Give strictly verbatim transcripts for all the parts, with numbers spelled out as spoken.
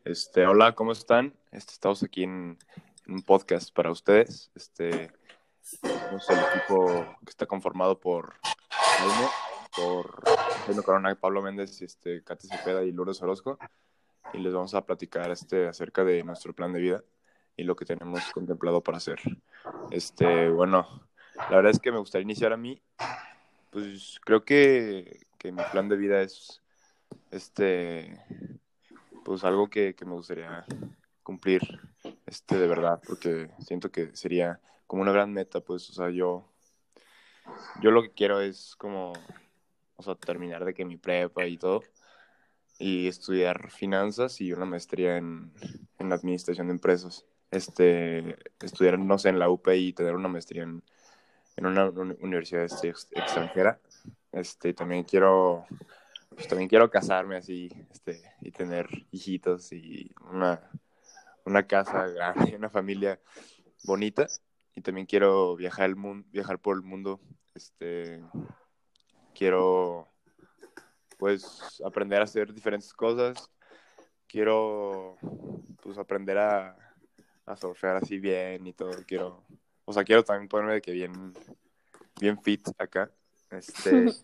Este, hola, ¿cómo están? Este, estamos aquí en, en un podcast para ustedes. Este, somos el equipo que está conformado por Jaime, por Jaime Corona, Pablo Méndez, este, Katy Cepeda y Lourdes Orozco. Y les vamos a platicar este, acerca de nuestro plan de vida y lo que tenemos contemplado para hacer. Este, bueno, la verdad es que me gustaría iniciar a mí. Pues creo que, que mi plan de vida es este, pues algo que, que me gustaría cumplir este de verdad, porque siento que sería como una gran meta, pues, o sea, yo, yo lo que quiero es como, o sea, terminar de que mi prepa y todo, y estudiar finanzas y una maestría en, en administración de empresas. Este, estudiar, no sé, en la U P y tener una maestría en, en una uni- universidad este, ex- extranjera. Este, también quiero, pues también quiero casarme así, este, y tener hijitos y una, una casa grande, una familia bonita. Y también quiero viajar el mundo, viajar por el mundo. Este, quiero pues aprender a hacer diferentes cosas. Quiero pues aprender a, a surfear así bien y todo. Quiero, o sea, quiero también ponerme de que bien, bien fit acá. Este,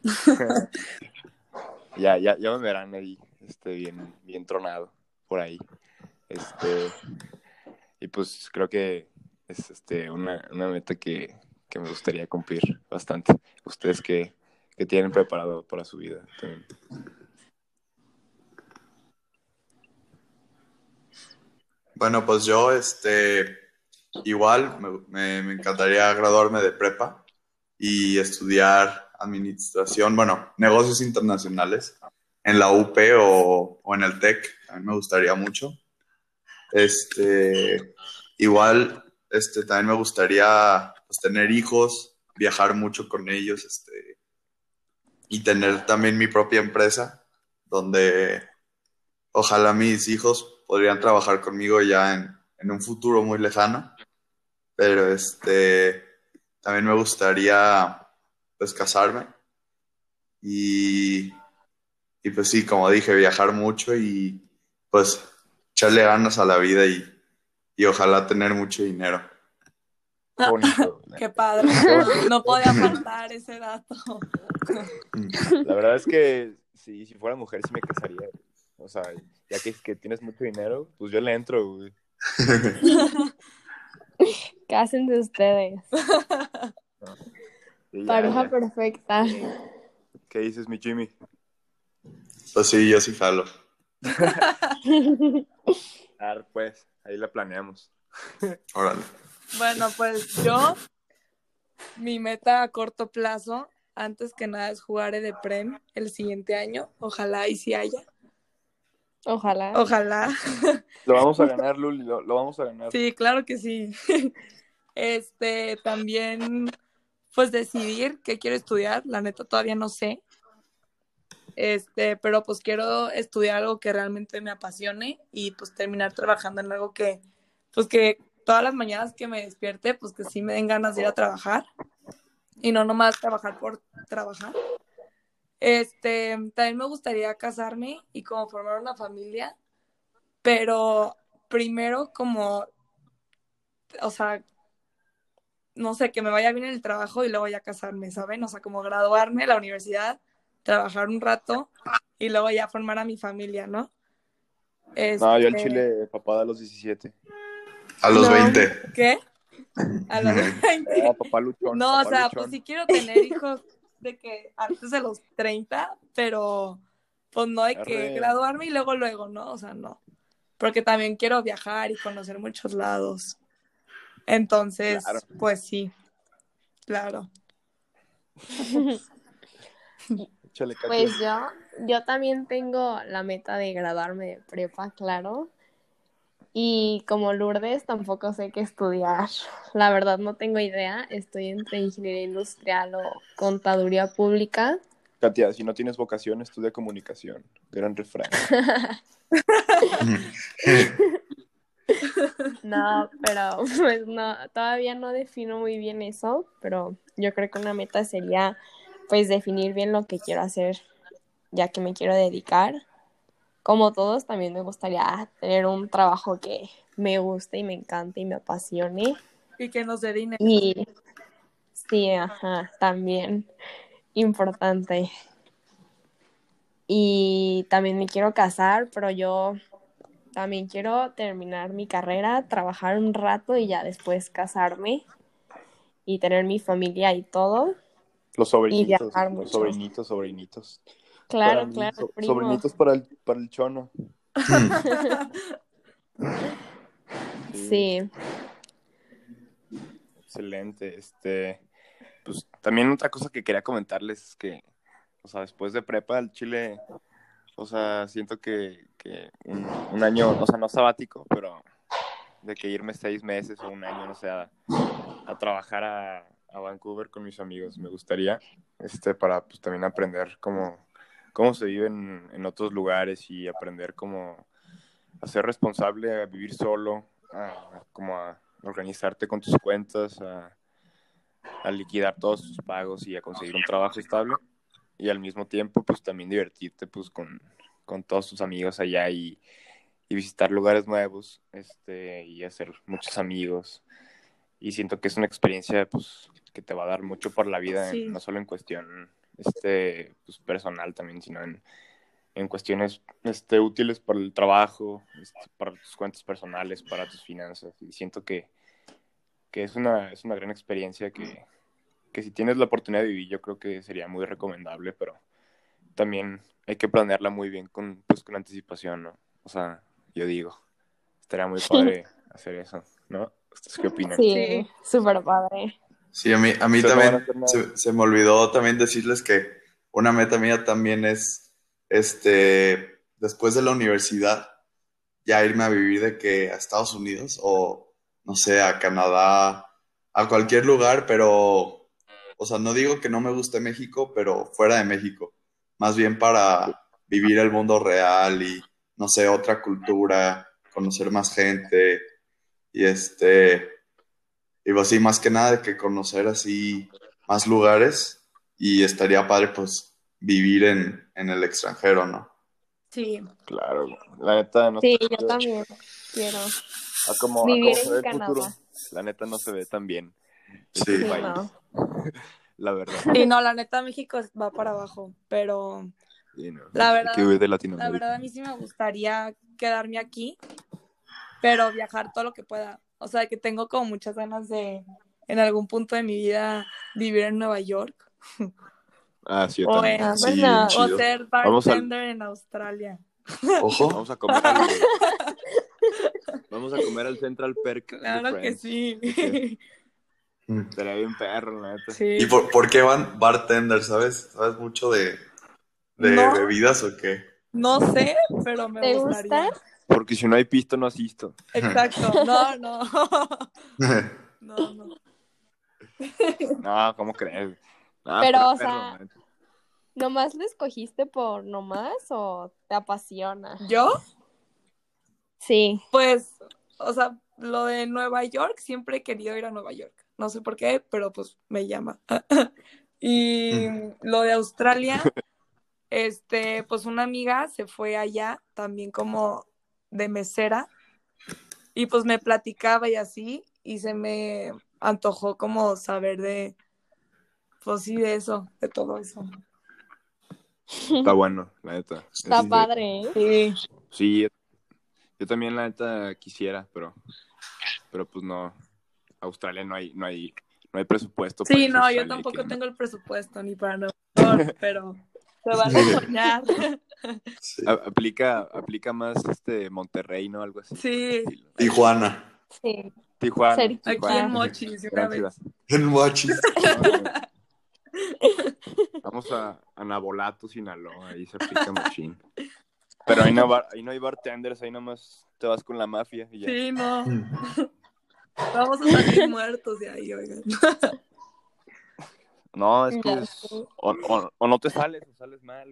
ya, ya, ya me verán ahí, este, bien, bien tronado por ahí. Este, y pues creo que es este, una, una meta que, que me gustaría cumplir bastante. ¿Ustedes qué, qué tienen preparado para su vida también? Bueno, pues yo, este, igual me, me- me encantaría graduarme de prepa y estudiar administración, bueno, negocios internacionales en la U P o, o en el TEC, también me gustaría mucho. Este, igual, este, también me gustaría pues, tener hijos, viajar mucho con ellos, este, y tener también mi propia empresa, donde ojalá mis hijos podrían trabajar conmigo ya en, en un futuro muy lejano, pero este, también me gustaría pues casarme y, y pues sí, como dije, viajar mucho y pues echarle ganas a la vida y, y ojalá tener mucho dinero. Qué bonito. Qué padre. Qué bonito. No podía faltar ese dato. La verdad es que si, si fuera mujer sí me casaría. O sea, ya que, que tienes mucho dinero, pues yo le entro, güey. Cásense ustedes. No. Y ya, Pareja ya. perfecta. ¿Qué dices, mi Jimmy? Pues sí, yo sí jalo. Ah, pues, ahí la planeamos. Órale. Bueno, pues yo, mi meta a corto plazo, antes que nada, es jugar de Prem el siguiente año. Ojalá y si haya. Ojalá. Ojalá. Lo vamos a ganar, Luli, lo, lo vamos a ganar. Sí, claro que sí. Este, también, pues decidir qué quiero estudiar. La neta todavía no sé. Este, pero pues quiero estudiar algo que realmente me apasione y pues terminar trabajando en algo que, pues que todas las mañanas que me despierte, pues que sí me den ganas de ir a trabajar y no nomás trabajar por trabajar. Este, también me gustaría casarme y como formar una familia, pero primero como, o sea, no sé, que me vaya bien en el trabajo y luego ya casarme, ¿saben? O sea, como graduarme de la universidad, trabajar un rato y luego ya formar a mi familia, ¿no? No, yo al Este, chile, papá de los diecisiete. A los no, veinte. ¿qué? A los No, veinte. papá luchón, No, o papá sea, pues luchón. sí quiero tener hijos de que antes de los treinta, pero pues no hay que Arre. graduarme y luego, luego, ¿no? O sea, no. Porque también quiero viajar y conocer muchos lados. Claro. Entonces, pues sí, claro. Échale, Katia. Pues yo, yo también tengo la meta de graduarme de prepa, claro. Y como Lourdes, tampoco sé qué estudiar. La verdad no tengo idea. Estoy entre ingeniería industrial o contaduría pública. Katia, si no tienes vocación, estudia comunicación. Gran refrán. No, pero pues no, todavía no defino muy bien eso, pero yo creo que una meta sería pues definir bien lo que quiero hacer, ya que me quiero dedicar, como todos, también me gustaría tener un trabajo que me guste y me encante y me apasione. Y que nos dé dinero. Y sí, ajá, también importante. Y también me quiero casar, pero yo también quiero terminar mi carrera, trabajar un rato y ya después casarme y tener mi familia y todo Los y sobrinitos, viajar los mucho. sobrinitos, sobrinitos. Para Claro, mí, claro, so- primo. sobrinitos para el, para el chono. Sí, Sí, excelente. Este, pues también otra cosa que quería comentarles es que, o sea, después de prepa al Chile, o sea, siento que, que un, un año, o sea, no sabático, pero de que irme seis meses o un año, no sé, a, a trabajar a, a Vancouver con mis amigos, me gustaría, este, para pues también aprender cómo, cómo se vive en, en otros lugares y aprender cómo a ser responsable, a vivir solo, a, como a organizarte con tus cuentas, a, a liquidar todos tus pagos y a conseguir un trabajo estable y al mismo tiempo pues también divertirte pues con, con todos tus amigos allá y, y visitar lugares nuevos, este, y hacer muchos amigos. Y siento que es una experiencia pues que te va a dar mucho por la vida, Sí. en- no solo en cuestión este, pues, personal también, sino en, en cuestiones este, útiles para el trabajo, este, para tus cuentas personales, para tus finanzas. Y siento que, que es, una, es una gran experiencia que, que si tienes la oportunidad de vivir, yo creo que sería muy recomendable, pero también hay que planearla muy bien con, pues, con anticipación, ¿no? O sea, yo digo, estaría muy padre hacer eso, ¿no? ¿Ustedes qué opinan? sí, Sí. súper padre. Sí, a mí, a mí Ustedes no van a también hacer nada. se, se me olvidó también decirles que una meta mía también es, este, después de la universidad, ya irme a vivir de que a Estados Unidos o, no sé, a Canadá, a cualquier lugar, pero, o sea, no digo que no me guste México, pero fuera de México, más bien para vivir el mundo real y, no sé, otra cultura, conocer más gente y este... Y pues sí, más que nada de que conocer así más lugares y estaría padre pues vivir en, en el extranjero, ¿no? Sí. Claro, la neta no Sí, se yo ve, también quiero a como, a vivir como se ve en el futuro, Canadá. la neta no se ve tan bien Sí. este Sí, país, no. la verdad. Sí, no, la neta México va para abajo, pero Sí, no, la hay que verdad, huir de la Latinoamérica. verdad a mí sí me gustaría quedarme aquí, pero viajar todo lo que pueda. O sea, que tengo como muchas ganas de en algún punto de mi vida vivir en Nueva York Ah, sí, yo o, también. en, Sí, bien Bueno, o chido. ser Vamos al, bartender en Australia. Ojo. vamos a comer al, vamos a comer al Central Perk de Claro que Friends. sí. ¿De qué? Mm. Estaría bien perro, la neta. ¿Y Sí. por, por qué van bartender? ¿Sabes? ¿Sabes mucho de, de No, bebidas o qué? no sé, pero me ¿te gusta? gustaría. Porque si no hay pisto, no asisto. Exacto. No, no. No, no. No, ¿cómo crees? No, Pero, estaría o perro, la sea, neta. ¿nomás lo escogiste por nomás o te apasiona? ¿Yo? Sí. Pues, o sea, lo de Nueva York, siempre he querido ir a Nueva York. No sé por qué, pero pues me llama. Y lo de Australia, este, pues una amiga se fue allá también como de mesera y pues me platicaba y así y se me antojó como saber de, pues sí, de eso, de todo eso. Está bueno, la neta. Está Este, padre, ¿eh? Sí, sí, yo también la neta quisiera, pero, pero pues no. Australia no hay, no hay, no hay presupuesto para sí, irse a no, yo Australia. Que tampoco no. tengo el presupuesto ni para Nueva York, pero se vale soñar. Sí. A- Aplica, aplica más este Monterrey, ¿no? Algo así. Sí, Tijuana. Sí, Tijuana, cerquita. aquí en Tijuana. Mochis, de una Gran ciudad. vez. En Mochis. Vamos a, a Nabolato, Sinaloa, ahí se aplica machín. Pero ahí no, bar- ahí no hay bartenders, ahí nomás te vas con la mafia y ya. Sí, no. Vamos a salir muertos de ahí, oigan. No, es que Ya es... sé. O, o- o no te sales, o sales mal.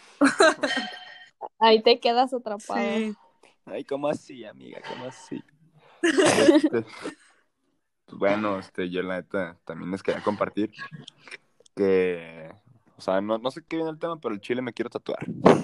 Ahí te quedas atrapado. Sí. Ay, ¿cómo así, amiga? ¿Cómo así? Este, pues bueno, este, yo la neta también les quería compartir que, o sea, no, no sé qué viene el tema, pero el chile me quiero tatuar.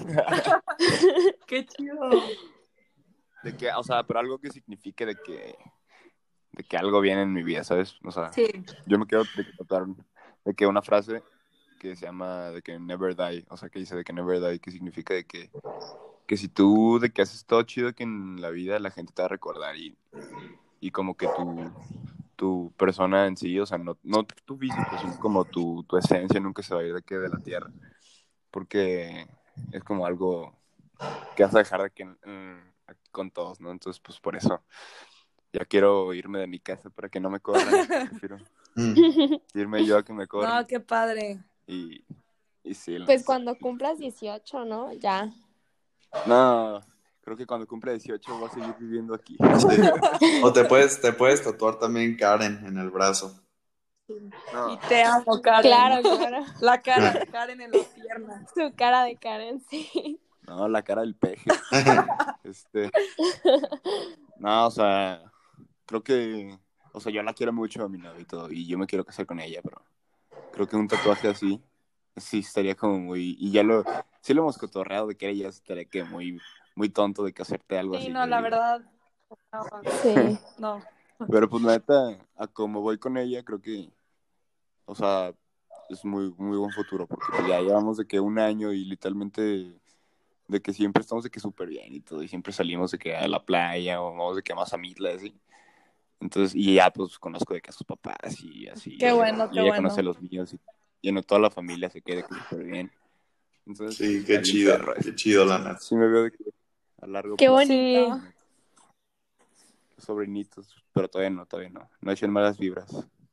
Qué chido. De que, o sea, pero algo que signifique de que, de que algo viene en mi vida, ¿sabes? O sea, Sí. yo me quiero de que tratar de que una frase que se llama de que never die, o sea, que dice de que never die, que significa de que, que si tú de que haces todo chido que en la vida la gente te va a recordar y, y como que tu, tu persona en sí, o sea, no, no tu físico, sino como tu, tu esencia nunca se va a ir de que de la tierra, porque es como algo que vas a dejar de que mm, con todos, ¿no? Entonces, pues por eso ya quiero irme de mi casa para que no me corran, prefiero Mm. irme yo a que me No, corran qué padre. y, y sí, la Pues neta. cuando cumplas dieciocho, ¿no? Ya. No, creo que cuando cumpla dieciocho voy a seguir viviendo aquí. Sí. O te puedes, te puedes tatuar también Karen en el brazo. No, Y te amo, Karen. Claro, claro. La cara de Karen en las piernas. Su cara de Karen, sí. no, la cara del peje. Este, no, o sea, creo que, o sea, yo la quiero mucho a mi novia y todo, y yo me quiero casar con ella, pero creo que un tatuaje así, sí estaría como muy, y ya lo, sí lo hemos cotorreado de que ella estaría que muy, muy tonto de que hacerte algo Sí, así, no, yo la digo. verdad. No. Sí. No. Pero pues neta, a como voy con ella, creo que, o sea, es muy, muy buen futuro, porque pues ya llevamos de que un año y literalmente de que siempre estamos de que súper bien y todo, y siempre salimos de que a la playa o vamos de que más a Mitla, así. Entonces, y ya pues conozco de que a sus papás y así, Qué y, bueno, y qué ella bueno. conoce a los míos y, y en toda la familia se quede súper bien. Entonces, Sí, está qué bien chido, perro eso. qué chido, la neta. Sí me veo de que a largo Qué plazo, bonito. Sí. los sobrinitos, pero todavía no, todavía no. No echen malas vibras.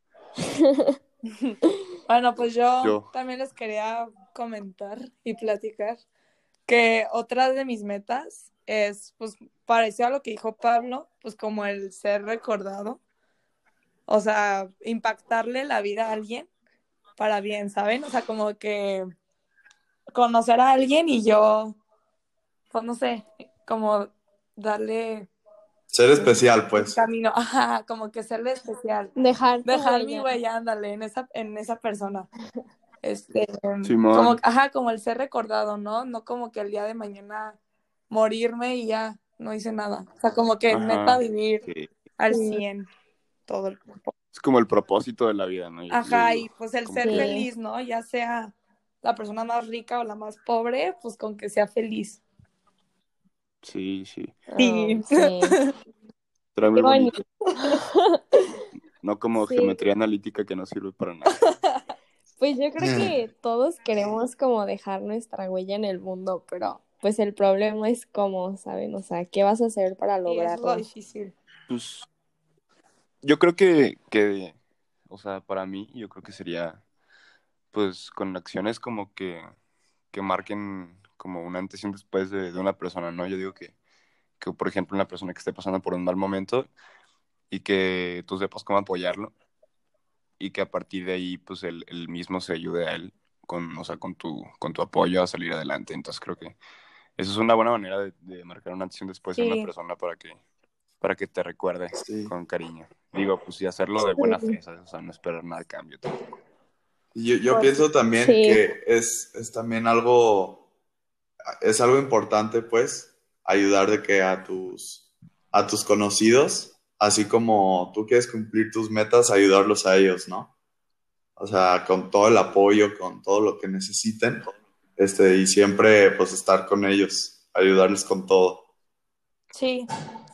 Bueno, pues yo, Yo. también les quería comentar y platicar que otra de mis metas es, pues, parecido a lo que dijo Pablo, pues como el ser recordado, o sea, impactarle la vida a alguien para bien, ¿saben? O sea, como que conocer a alguien y yo, pues no sé, como darle Ser especial, un pues. camino, ajá, como que serle especial. Dejar tu Dejar mi huella. huella, ándale, en esa, en esa persona. Este, Simón. como, ajá, como el ser recordado, ¿no? No como que el día de mañana morirme y ya no hice nada. O sea, como que neta Ajá. vivir Sí. al Sí. cien todo el tiempo. Es como el propósito de la vida, ¿no? Yo, yo Ajá, digo, y pues el como ser Sí. que- feliz, ¿no? Ya sea la persona más rica o la más pobre, pues con que sea feliz. sí, sí. Sí. Oh, sí. Será muy Qué bonito. bonito. No como Sí. geometría analítica que no sirve para nada. Pues yo creo que todos queremos como dejar nuestra huella en el mundo, pero pues el problema es cómo, ¿saben? O sea, ¿qué vas a hacer para Sí, eso es lo lograrlo? difícil. Pues yo creo que, que, o sea, para mí, yo creo que sería, pues, con acciones como que, que marquen como un antes y un después de, de una persona, ¿no? Yo digo que, que, por ejemplo, una persona que esté pasando por un mal momento y que tú sepas cómo apoyarlo y que a partir de ahí, pues, él, él mismo se ayude a él con, o sea, con tu, con tu apoyo a salir adelante. Entonces creo que eso es una buena manera de, de marcar una antes y un después en una Sí. persona para que, para que te recuerde Sí. con cariño. Digo, pues, y hacerlo de buena fe, ¿sabes? O sea, no esperar nada a cambio tampoco. Y Yo, yo Pues, pienso también Sí. que es, es también algo, es algo importante, pues, ayudar de que a tus, a tus conocidos, así como tú quieres cumplir tus metas, ayudarlos a ellos, ¿no? O sea, con todo el apoyo, con todo lo que necesiten, este, y siempre, pues, estar con ellos, ayudarles con todo. sí.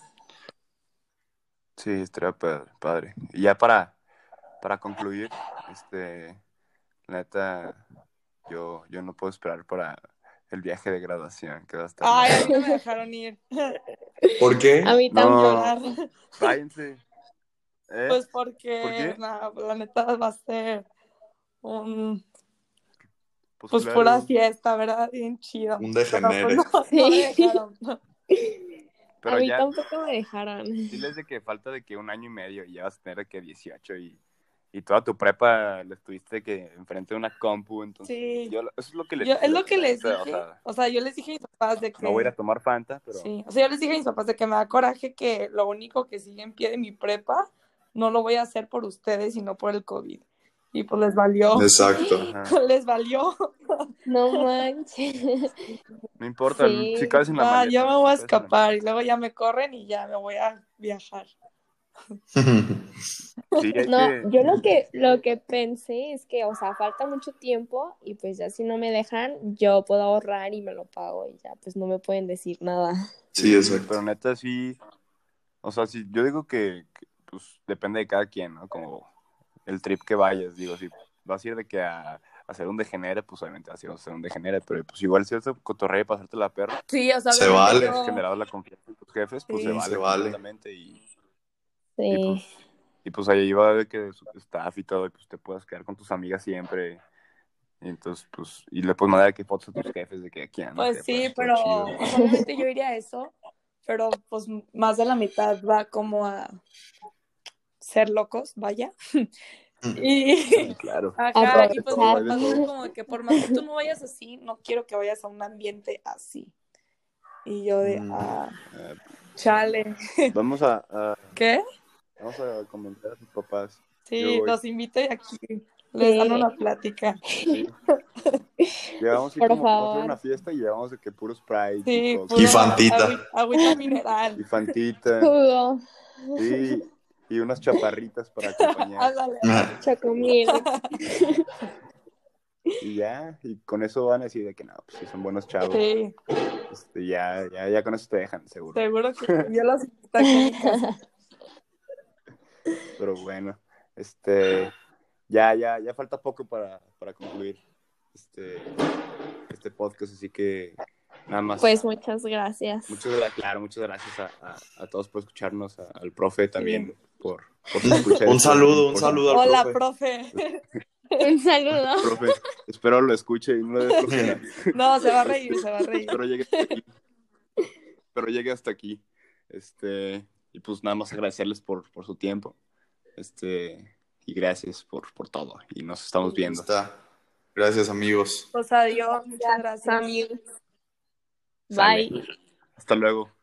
Sí, estaría pa- padre. Y ya para, para concluir, este, la neta, yo, yo no puedo esperar para el viaje de graduación, que va a estar Ay, a más mí no padre. me dejaron ir. ¿Por qué? A mí No, tampoco. Llorar. váyanse. ¿Eh? Pues ¿Por porque, qué? nada, la neta va a ser un, Pues pues pura claro. fiesta, ¿verdad? Bien chido. Un Pero pues degenere. no, no me Sí. dejaron. A Pero mí ya, tampoco me dejaron. diles de que falta de que un año y medio y ya vas a tener de que dieciocho y, y toda tu prepa la estuviste de que enfrente de una compu, entonces Sí. yo, eso es lo que les Yo, dije, es de lo que que la les neta, o dije. sea, O sea, yo les dije a mis papás de que. no voy a ir a tomar Fanta, pero Sí. O sea, yo les dije a mis papás de que me da coraje que lo único que sigue en pie de mi prepa no lo voy a hacer por ustedes, sino por el COVID. y pues les valió. Exacto. Ajá. Les valió. No manches. No importa, Sí. si caes en la Ah, maleta. ya me voy a si caes en la escapar y luego ya me corren y ya me voy a viajar. Sí, hay No, que... yo lo que, lo que pensé es que, o sea, falta mucho tiempo y pues ya si no me dejan, yo puedo ahorrar y me lo pago y ya, pues no me pueden decir nada. Sí, exacto. Pero neta sí, o sea, sí, yo digo que, que, pues depende de cada quien, ¿no? Como el trip que vayas, digo, si vas a ir de que a, a hacer un degenere, pues obviamente vas a ir a hacer un degenere, pero pues igual si vas a cotorrear y pasarte la perra, Sí, o sea, Se obviamente vale. has yo- generado la confianza en tus jefes, pues Sí, se vale se vale. completamente y, y Sí. pues y pues ahí va a ver que su staff y todo, y pues te puedas quedar con tus amigas siempre. Y entonces, pues, y le puedes mandar aquí fotos a tus jefes de que aquí andan. pues jefa, sí, todo pero chido. o sea, obviamente yo iría a eso, pero pues más de la mitad va como a ser locos, vaya. Y, Sí, claro. ajá, y pues mis Aprovechar. Hay de papás todo. son como que por más que tú no vayas así, no quiero que vayas a un ambiente así. Y yo de, Mm. ah, Eh, chale. vamos a, a- ¿Qué? vamos a comentar a tus papás. Yo Sí, voy. los invito y aquí les dan Sí, una plática. Sí. Llevamos así por como vamos a hacer una favor. fiesta y llevamos de que puro Sprite y Sí, Coca Y puro Fantita. agüi- agüita y mineral. Fantita. Jugo, Sí, y unas chaparritas para acompañar. Ándale. chocomil. Y ya, y con eso van a decir de que no, pues si son buenos chavos. Sí, Este, ya, ya, ya con eso te dejan, seguro. seguro que sí. Yo los invito aquí a mi casa. Pero bueno, este, ya, ya, ya falta poco para, para concluir este, este podcast, así que nada más. Pues muchas gracias. Muchas gracias, claro, muchas gracias a, a, a todos por escucharnos, a- al profe también por, por su escucha. Un esto. saludo, un Por- saludo al Hola, profe. profe. Un saludo. Profe, espero lo escuche y no le dé flojera. No, se va a reír, se va a reír. Espero llegue hasta aquí. Espero llegue hasta aquí. Este, y pues nada más agradecerles por, por su tiempo. Este, y gracias por, por todo. Y nos estamos Ahí viendo. está. Gracias, amigos. Pues adiós, muchas gracias. Amigos. Sale. Bye. Hasta luego.